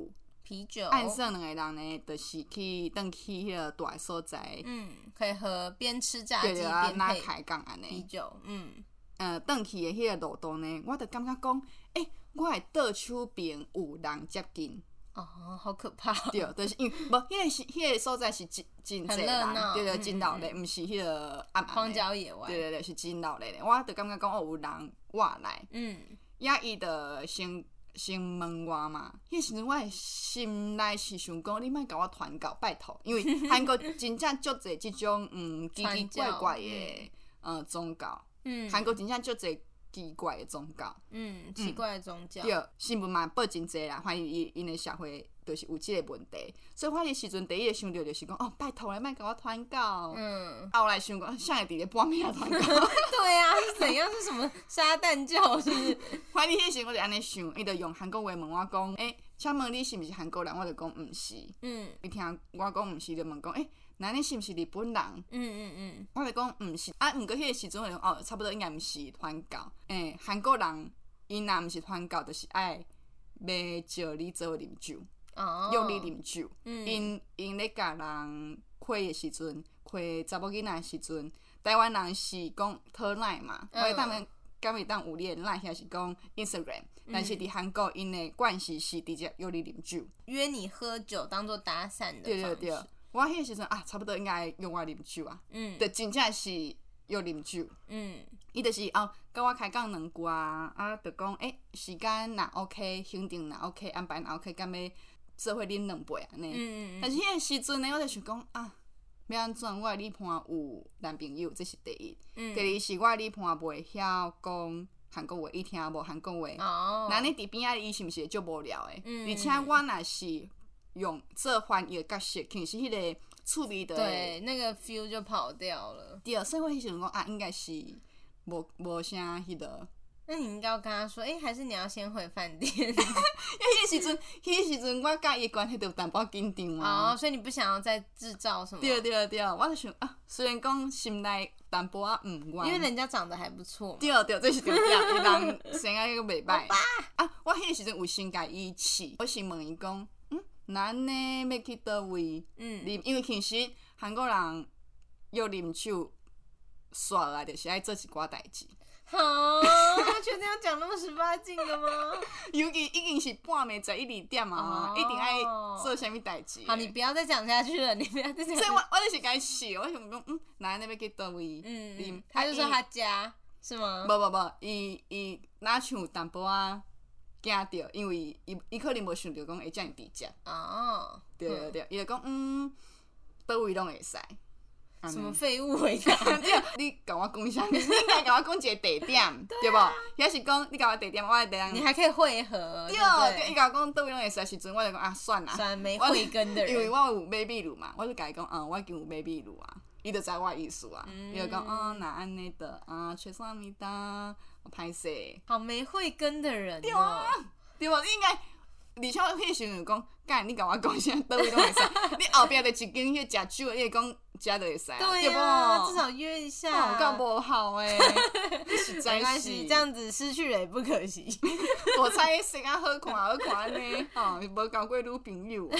啤酒， 暗算2个人呢，就是转去迄个大的所在， 可以喝边吃炸鸡边配开讲安尼啤酒， 转去的迄个路途呢，我就感觉讲，我的倒手边有人接近。 好可怕。 对，就是因为无迄个所在是真济人，对，真闹热，毋是迄个暗荒郊野外。 对，是真闹热的。我就感觉讲有人活来，伊就先问我嘛。迄时阵我的心内是想讲，你莫甲我传教，拜托，因为韩国真正足侪即种奇奇怪怪的宗教，韩国真正足侪奇怪的宗教， 奇怪的宗教。 对，新闻嘛报真侪啦，怀疑因的社会就是有即个问题，所以我迄时阵第一个想到就是讲，拜托咧，莫甲我传教。后来想讲，啥会伫咧半夜传教？ 对啊，是怎样？是什么撒旦教？是不是？ 怀疑迄时我就安尼想，伊就用韩国话问我讲，请问你是毋是韩国人？我就讲毋是。伊听我讲毋是，就问讲，那你是毋是日本人？我就讲毋是，毋过迄个时阵我就差不多应该毋是传教。韩国人因若毋是传教，就是爱要招你做啉酒，约你啉酒。因咧甲人开的时阵，开查某囡仔的时阵，台湾人是讲讨赖嘛，我敢会当有你的赖，遐是讲 Instagram，但是伫韩国因的惯势是直接约你啉酒， 约你喝酒当做搭讪的方式。 对。我迄个时阵差不多应该约我啉酒啊，就真正是约啉酒。伊就是甲我开讲2句就讲时间若 OK， 行程若 OK， 安排若 OK， 敢要做伙啉2杯安尼。但是迄个时阵呢，我就想讲要安怎？我的另一半有男朋友，这是第一。第二是我的另一半袂晓讲韩国话，伊听无韩国话。那你伫边仔伊是毋是会足无聊的？而且我若是用做翻译的角色，其实迄个趣味的， 对，那个 feel 就跑掉了。 对，所以我迄时阵讲应该是无啥迄个。 那你应该要跟他说，还是你要先回饭店？ 因为迄个时阵我甲伊的关系就有淡薄紧张嘛。 所以你不想要再制造什么？ 对，我就想虽然讲心内淡薄毋愿， 因为人家长得还不错。 对，这是重点，伊人生啊迄个袂歹。我迄个时阵有先甲伊试，我先问伊讲，咱呢要去倒位？因为其实韩国人约啉酒，煞啊，就是爱做一寡代志。 确定要讲那么18禁的吗？ 尤其已经是半暝11、2点啊，一定爱做啥物代志。 好，你不要再讲下去了，你不要再讲。 所以我就是该笑，我想讲，咱要去倒位？ 他就说他家是吗？ 无，伊哪像淡薄惊着，因为伊可能无想着讲会遮尔直接。对，伊就讲倒位拢会使。 什么废物回答？ 你甲我讲啥？你应该甲我讲一个地点，对无？也是讲你甲我地点，我的地点。 你还可以汇合。 对，伊甲我讲倒位拢会使时阵，我就讲算啦。 没慧根的人。 因为我有买秘鲁嘛，我就甲伊讲我已经有买秘鲁啊，伊就知我意思啊。伊就讲那安尼的缺啥物哒，我歹势。 好没慧根的人。 对啊，对无？你应该。而且我迄时阵讲，干你甲我讲啥倒位拢会使，你后壁就一间迄食酒，你会讲食就会使， 对啊，至少约一下。 有够无效诶，实在是。 没关系，这样子失去了也不可惜。 我猜生啊好看安尼，无交过女朋友。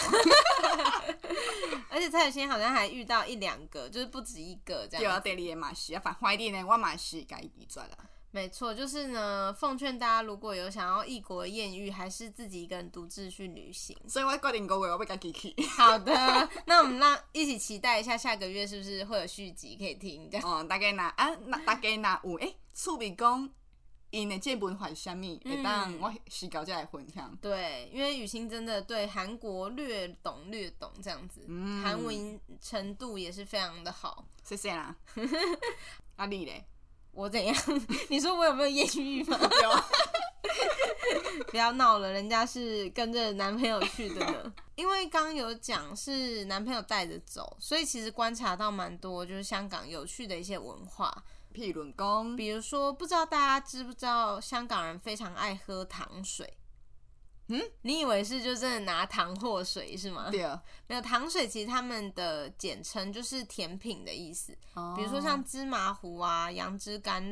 而且蔡宇轩好像还遇到1-2个，就是不止一个这样。 对啊，第2个嘛是反怀疑呢，我嘛是甲伊拒绝啦。 没错，就是呢，奉劝大家如果有想要异国艳遇，还是自己一个人独自去旅行。 所以我决定5月我要家己去。 好的，那我们一起期待一下下个月是不是会有续集可以听？ 大家若有趣味讲因的这文化是啥物，会当我时交才来分享。 对，因为雨欣真的对韩国略懂这样子，韩文程度也是非常的好。 谢谢啦。你咧？ 我怎样？你说我有没有艳遇吗？有。不要闹了，人家是跟着男朋友去的呢。因为刚有讲是男朋友带着走，所以其实观察到蛮多就是香港有趣的一些文化。 譬如讲， 比如说，不知道大家知不知道香港人非常爱喝糖水。你以为是就真的拿糖或水是吗？ 对啊， 没有，糖水其实他们的简称就是甜品的意思。比如说像芝麻糊啊、杨枝甘露、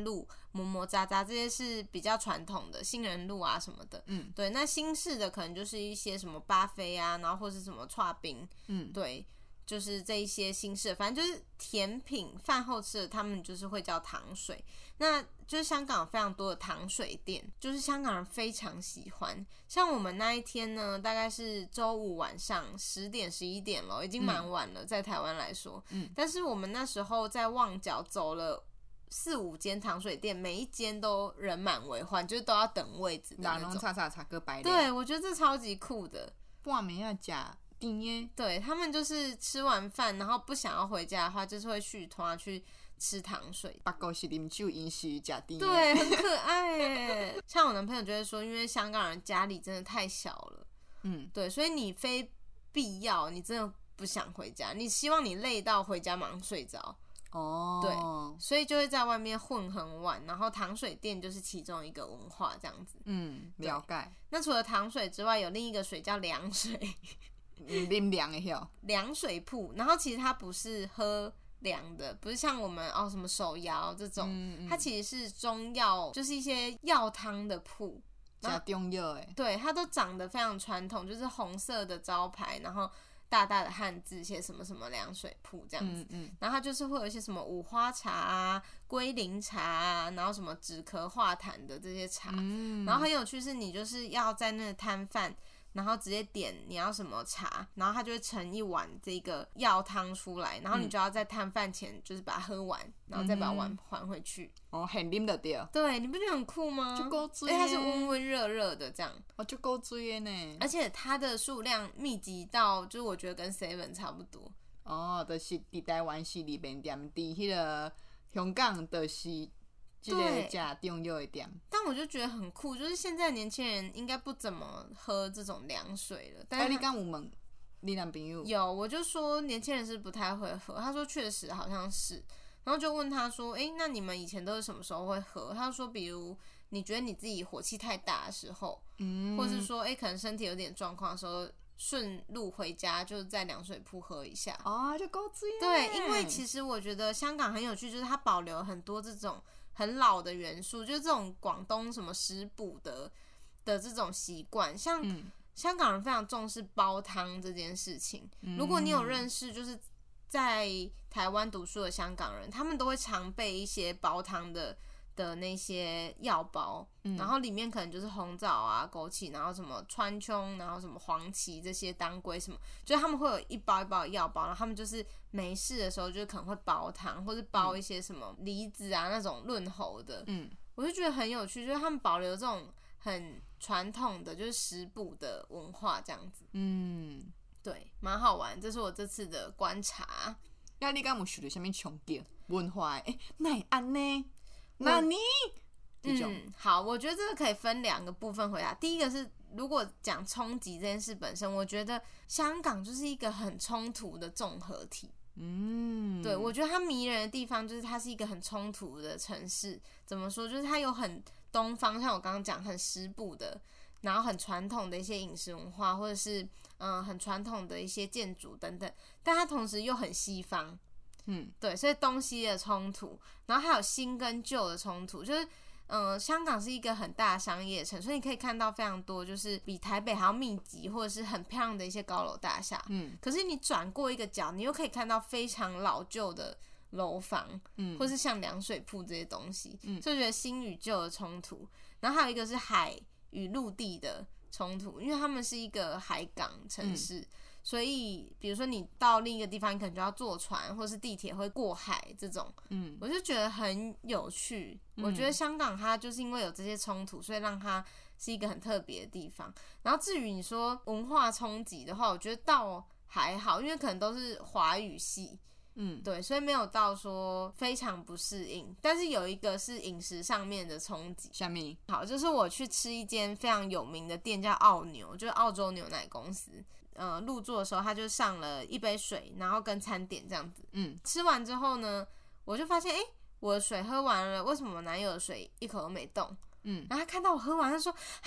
磨磨渣渣，这些是比较传统的杏仁露啊什么的。对，那新式的可能就是一些什么巴菲啊，然后或是什么剉冰，对。就是这一些新式的，反正就是甜品，饭后吃的，他们就是会叫糖水。那就是香港有非常多的糖水店，就是香港人非常喜欢。像我们那一天呢，大概是周五晚上10点11点了，已经蛮晚了，在台湾来说。但是我们那时候在旺角走了4、5间糖水店，每一间都人满为患，就是都要等位置的那种。 叉个白脸。 对，我觉得这超级酷的。 半暝要吃甜的。 对，他们就是吃完饭，然后不想要回家的话，就是会续团去吃糖水。 八狗是啉酒，因是吃甜的。 对，很可爱耶。像我男朋友就会说，因为香港人家里真的太小了，对，所以你非必要，你真的不想回家，你希望你累到回家马上睡着。对，所以就会在外面混很晚，然后糖水店就是其中一个文化这样子。 了解。 那除了糖水之外，有另一个水叫凉水。 啉凉的迄凉水铺，然后其实它不是喝凉的，不是像我们什么手摇这种，它其实是中药，就是一些药汤的铺， 加中药诶。 对，它都长得非常传统，就是红色的招牌，然后大大的汉字写什么什么凉水铺这样子，然后它就是会有一些什么五花茶啊、龟苓茶啊，然后什么止咳化痰的这些茶，然后很有趣是你就是要在那个摊贩。然后直接点你要什么茶，然后他就会盛一碗这个药汤出来，然后你就要在摊贩前就是把它喝完，然后再把碗还回去。 现啉就对。 对，你不觉得很酷吗？ 就够水。 它是温温热热的这样。 就够水的呢。 而且它的数量密集到，就是我觉得跟 Seven 差不多。 就是伫台湾是里面店，伫迄个香港就是这个吃中药的店。 但我就觉得很酷，就是现在年轻人应该不怎么喝这种凉水了。但是你刚有问你男朋友？ 有，我就说年轻人是不太会喝，他说确实好像是，然后就问他说，那你们以前都是什么时候会喝？他说，比如你觉得你自己火气太大的时候，或是说，可能身体有点状况的时候。顺路回家就在凉水铺喝一下就够水。 对，因为其实我觉得香港很有趣，就是它保留很多这种很老的元素，就是这种广东什么食补的这种习惯，像香港人非常重视煲汤这件事情。如果你有认识就是在台湾读书的香港人，他们都会常备一些煲汤的那些药包，然后里面可能就是红枣啊、枸杞，然后什么川芎，然后什么黄芪这些当归什么，就是他们会有一包一包的药包，然后他们就是没事的时候就可能会煲汤，或是煲一些什么梨子啊那种润喉的。我就觉得很有趣，就是他们保留这种很传统的就是食补的文化这样子。对，蛮好玩，这是我这次的观察。 你敢有受到什么冲击文化的？哪会安呢？那你好，我觉得这个可以分2个部分回答。第一个是，如果讲冲击这件事本身，我觉得香港就是一个很冲突的综合体。对，我觉得它迷人的地方就是它是一个很冲突的城市。怎么说？就是它有很东方，像我刚刚讲很食补的，然后很传统的一些饮食文化，或者是很传统的一些建筑等等，但它同时又很西方。对，所以东西的冲突，然后还有新跟旧的冲突，就是香港是一个很大的商业城，所以你可以看到非常多就是比台北还要密集或者是很漂亮的一些高楼大厦。可是你转过一个角，你又可以看到非常老旧的楼房，或是像凉水铺这些东西，所以我觉得新与旧的冲突。然后还有一个是海与陆地的冲突，因为他们是一个海港城市。所以比如说你到另一个地方，你可能就要坐船或是地铁会过海这种，我就觉得很有趣。我觉得香港它就是因为有这些冲突，所以让它是一个很特别的地方。然后至于你说文化冲击的话，我觉得倒还好，因为可能都是华语系，对，所以没有到说非常不适应。但是有一个是饮食上面的冲击。 什么？ 好，就是我去吃一间非常有名的店叫澳牛，就是澳洲牛奶公司。入座的时候他就上了一杯水，然后跟餐点这样子。吃完之后呢，我就发现我的水喝完了，为什么我男友的水一口都没动？然后他看到我喝完，他说：“啊，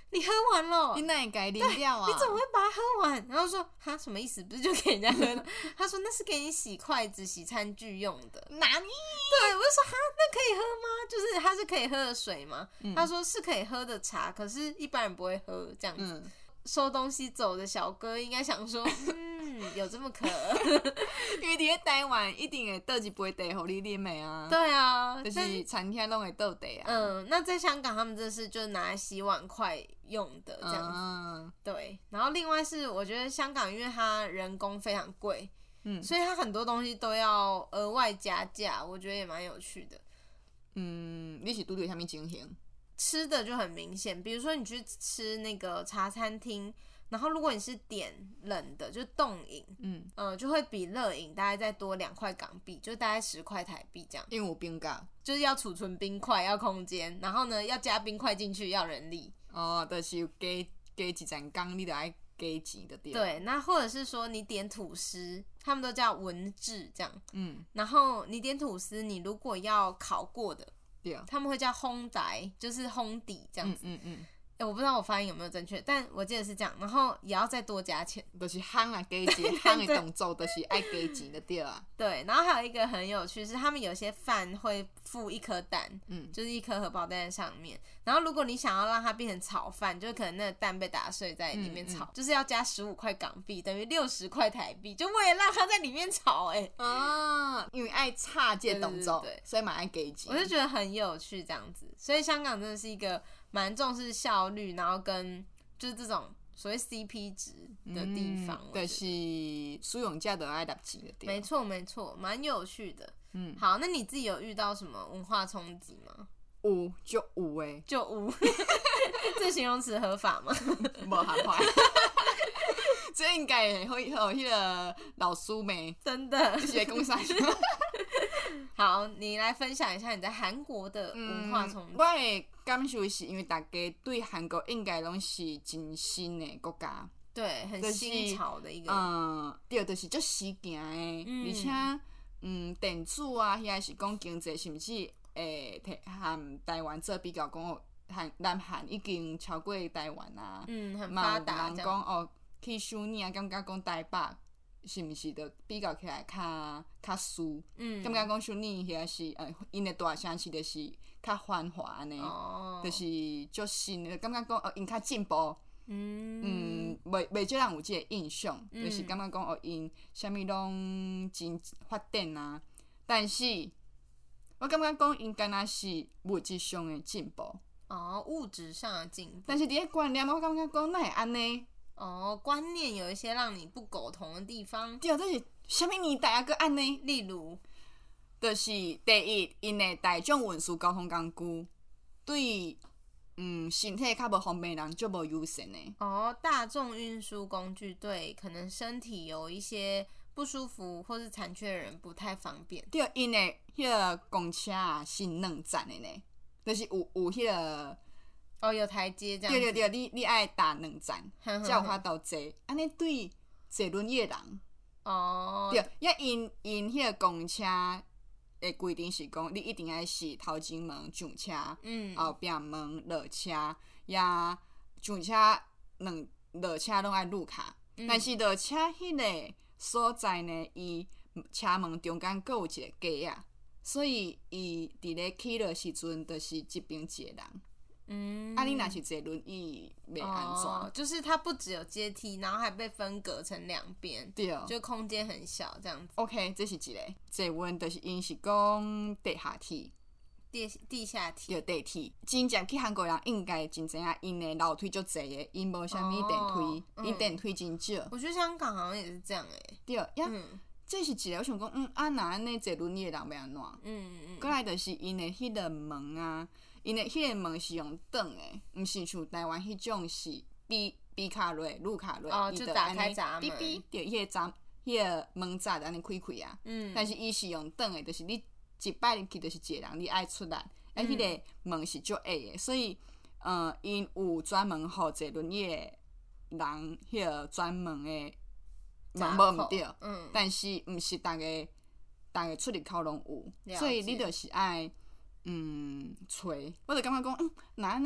你喝完了， 你哪会该啉掉啊？ 你怎么会把它喝完？然后说哈什么意思？不是就给人家喝的？他说那是给你洗筷子、洗餐具用的。 哪里？ 对，我就说哈，那可以喝吗？就是它是可以喝的水吗？他说是可以喝的茶，可是一般人不会喝这样子。收东西走的小哥应该想说，有这么渴？ 因为伫台湾一定会倒一杯茶给你啉的啊。 对啊， 就是餐厅拢会倒茶啊。 那在香港他们这是就拿来洗碗筷用的这样子。对，然后另外是我觉得香港因为它人工非常贵，所以它很多东西都要额外加价，我觉得也蛮有趣的。 你是拄着什么情形？ 吃的就很明显，比如说你去吃那个茶餐厅，然后如果你是点冷的，就冻饮，就会比热饮大概再多2块港币，就大概10块台币这样。 因为有冰架， 就是要储存冰块，要空间，然后呢要加冰块进去，要人力。 就是有加一层工，你就要加钱的对。 对，那或者是说你点吐司，他们都叫文治这样。然后你点吐司，你如果要烤过的。他们会叫烘底，就是烘底这样子。我不知道我发音有没有正确，但我记得是这样。然后也要再多加钱， 就是烘啊加钱，烘的动作就是爱加钱的对啊。 对，然后还有一个很有趣是，他们有些饭会附一颗蛋，就是一颗荷包蛋在上面。然后如果你想要让它变成炒饭，就可能那个蛋被打碎在里面炒，就是要加15块港币，等于60块台币，就为了让它在里面炒。 因为爱插这动作，所以嘛爱加钱。 我就觉得很有趣这样子，所以香港真的是一个蛮重视效率，然后跟就是这种所谓 CP 值的地方。 就是使用者就爱纳钱的。 没错没错，蛮有趣的。好，那你自己有遇到什么文化冲击吗？ 有，就有诶， 就有。这形容词合法吗？ 无合法。这应该会有迄个老师妹， 真的， 你是在讲啥？ 好，你来分享一下你在韩国的文化冲击。 我的感受是因为大家对韩国应该拢是真新的国家， 对，很新潮的一个。 对，就是足实行的，而且电子啊，遐是讲经济，甚至会和台湾做比较，讲南韩已经超过台湾啊， 很发达。 人讲去首尔啊，感觉讲台北是毋是就比较起来较输？感觉讲首尔遐是因的大城市就是较繁华安尼，就是足新的，感觉讲因较进步。袂少人有即个印象，就是感觉讲因啥物拢真发展啊。但是我感觉讲因敢若是物质上的进步。 物质上的进步。 但是伫咧观念，我感觉讲哪会安尼？ 观念有一些让你不苟同的地方。 对，这是啥物年代啊？佮安尼？ 例如， 就是第一，因的大众运输交通工具对身体较无方便的人就无优先的。 大众运输工具对可能身体有一些不舒服或是残缺的人不太方便。 对，因的迄个公车啊是2站的呢，就是有迄个。 有台阶这样子。 对，你爱搭2站，才有法度坐。安尼对坐轮椅的人。对，因迄个公车的规定是讲，你一定要是头前门上车，后壁门落车，也上车落车拢爱入卡。但是落车迄个所在呢，伊车门中间阁有一个架啊，所以伊伫咧起落时阵，就是一边一个人。你若是坐轮椅，袂安全。 就是它不只有阶梯，然后还被分隔成2边， 对， 就空间很小这样子。 OK， 这是一个。坐稳就是因是讲地下铁， 地下铁， 对，地铁。真正去韩国人应该真知影，因的楼梯足侪的，因无啥物电梯，因电梯真少。 我觉得香港好像也是这样对，这是一个我想讲，若安尼坐轮椅的人要安怎？过来就是因的迄个门啊。因的迄个门是用转的，毋是像台湾迄种是比卡落、路卡落， 就打开闸门， 对，迄个门闸安尼开啊。但是伊是用转的，就是你一摆入去就是一个人，你爱出来，迄个门是足矮的，所以因有专门互坐轮椅的人迄个专门的门无毋对，但是毋是逐个出入口拢有，所以你就是爱。找，我就感觉讲，若安尼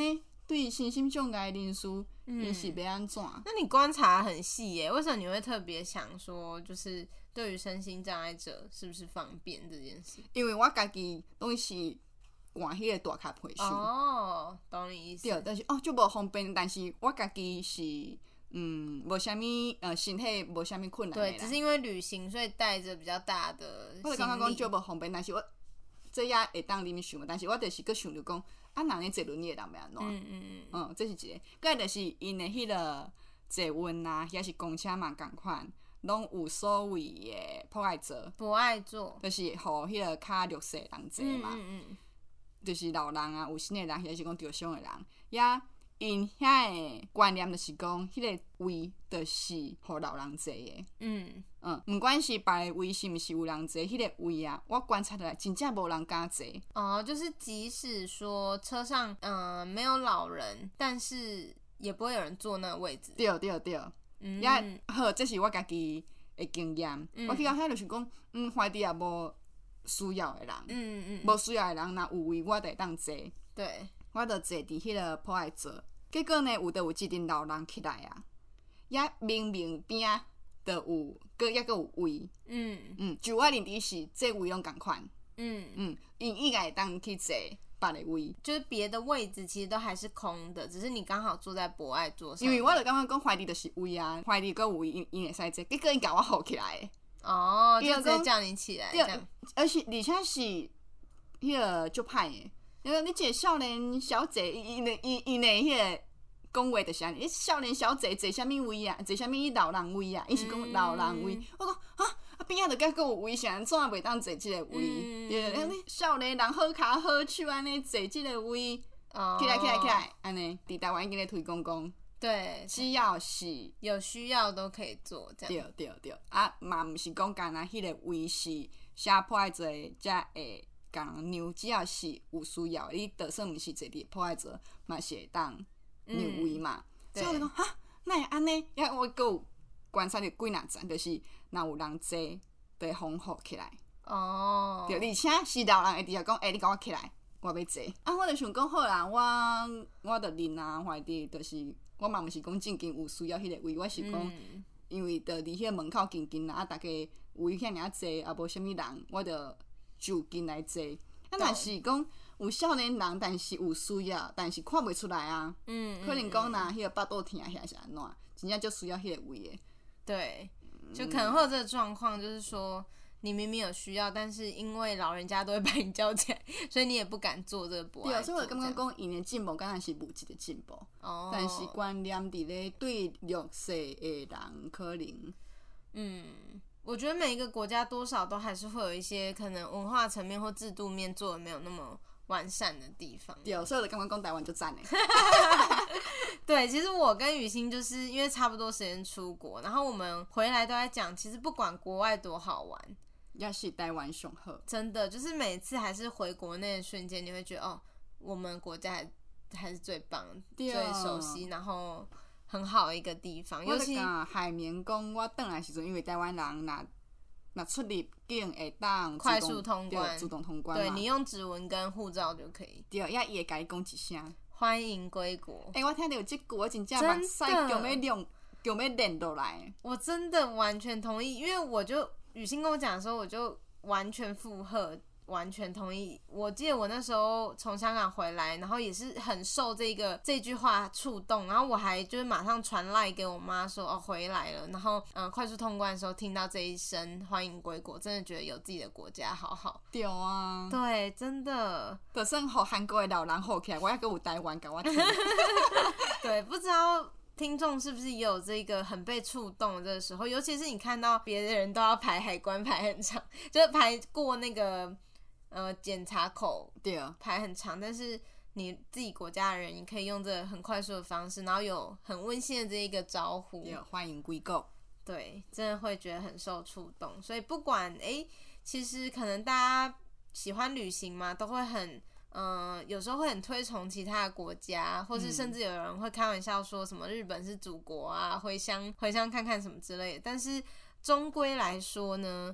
对身心障碍人士，因是要安怎？ 那你观察很细耶，为什么你会特别想说，就是对于身心障碍者是不是方便这件事？ 因为我家己拢是换迄个大卡培训。 哦，懂你意思。 对，但是就无方便，但是我家己是无啥物身体无啥物困难的啦。 对，只是因为旅行，所以带着比较大的行李。 我就感觉讲就无方便，但是我这也会当啉想，但是我就是佫想着讲，啊，人咧坐轮椅的人要安怎？这是一个。再就是因的迄个坐运啊，遐是公车嘛共款，拢有所谓的博爱座。 博爱座就是互迄个较弱势的人坐嘛。就是老人啊，有身的人，或者是讲受伤的人，也因遐的观念就是讲，迄个位就是互老人坐的。毋管是别个位是毋是有人坐，迄个位啊，我观察落来真正无人敢坐。 就是即使说车上没有老人，但是也不会有人坐那个位置。 对，也好，这是我家己的经验。我去到遐就是讲，怀疑也无需要的人，无需要的人，若有位我就会当坐。 对， 我就坐伫迄个博爱座。结果呢，有一阵老人起来啊，也明明边啊，就有，抑佫有位。就我认知是这位拢共款。因应该会当去坐别的位， 就是别的位置其实都还是空的，只是你刚好坐在博爱座上。 因为我就感觉讲怀疑就是位啊，怀疑佫有位，因会使坐，结果因甲我扶起来的。 就直接叫你起来这样。 而且是迄个足歹的，因为你一个少年小姐，因的迄个讲话就是安尼，你少年小姐坐啥物位啊？坐啥物老人位啊？伊是讲老人位。我讲边仔就甲佫有位，是安怎袂当坐即个位？对，你少年人好骹好手安尼坐即个位，起来，安尼伫台湾已经咧推广讲。 对， 只要是有需要都可以做，这样。 对，嘛毋是讲干那迄个位是写破爱座才会共人让，只要是有需要，你就算毋是坐伫破爱座，嘛是会当让位嘛。所以我就讲哪会安尼？因为我佫有观察着几若站，就是若有人坐，就会防护起来。对，而且是老人会直接讲，你甲我起来，我要坐。我就想讲好啦，我就认啊，怀疑就是。我嘛毋是讲正经有需要迄个位，我是讲，因为就离迄个门口近啦，大家位遐尔济，也无啥物人，我就近来坐。若是讲有少年人，但是有需要，但是看袂出来啊。可能讲若迄个巴肚疼遐是安怎，真正就需要迄个位的。 对，就可能会有这个状况，就是说。你明明有需要，但是因为老人家都会把你叫起来，所以你也不敢做这个博爱座。 对，所以我感觉讲，因的进步，敢若是无一个进步。但是观念伫咧对弱势的人，可能， 我觉得每一个国家多少都还是会有一些可能文化层面或制度面做的没有那么完善的地方。 对，所以我就感觉讲台湾就赞诶。 对，其实我跟雨欣就是因为差不多时间出国，然后我们回来都在讲，其实不管国外多好玩。 也是台湾上好， 真的就是每次还是回国那个瞬间，你会觉得我们国家还是最棒、最熟悉，然后很好的一个地方。尤其海绵讲，我转来的时阵，因为台湾人若出入境会当快速通关， 自动通关嘛。 对，你用指纹跟护照就可以。 对，也伊会甲你讲一声欢迎归国。 我听到有这句，我真正目屎强要练落来。 我真的完全同意，因为雨欣跟我讲的时候，我就完全附和，完全同意。我记得我那时候从香港回来，然后也是很受这句话触动，然后我还就是马上传LINE给我妈说回来了，然后快速通关的时候听到这一声欢迎归国，真的觉得有自己的国家好好。 对啊， 对，真的。 就算互韩国的老人好起来，我还阁有台湾甲我听。 对，不知道。听众是不是也有这个很被触动的这个时候？尤其是你看到别的人都要排海关排很长，就是排过那个检查口， 对， 排很长，但是你自己国家的人，你可以用这个很快速的方式，然后有很温馨的这一个招呼， 对，欢迎归国。 对，真的会觉得很受触动。所以不管其实可能大家喜欢旅行嘛，都会很。有时候会很推崇其他的国家，或是甚至有人会开玩笑说什么日本是祖国啊，回乡看看什么之类的。但是终归来说呢，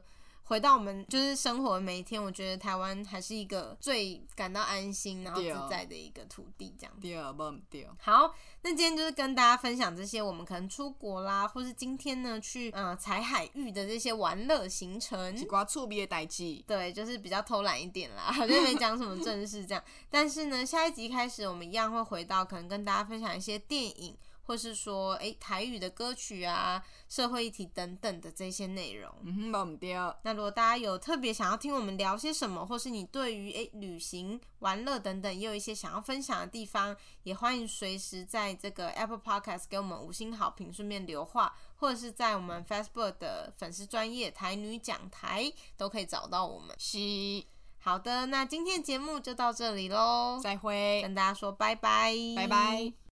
回到我们就是生活的每一天，我觉得台湾还是一个最感到安心然后自在的一个土地这样子。 对，没不对。 好，那今天就是跟大家分享这些我们可能出国啦，或是今天呢去采海域的这些玩乐行程， 一寡趣味的代志。 对，就是比较偷懒一点啦，好像没讲什么正事这样。但是呢，下一集开始我们一样会回到可能跟大家分享一些电影，或是说台语的歌曲啊、社会议题等等的这些内容。 没不对。 那如果大家有特别想要听我们聊些什么，或是你对于旅行、玩乐等等也有一些想要分享的地方，也欢迎随时在这个 Apple Podcast 给我们5星好评，顺便留话，或者是在我们 Facebook 的粉丝专页台女讲台都可以找到我们。 是。 好的，那今天的节目就到这里咯， 再会， 跟大家说拜拜， 拜拜。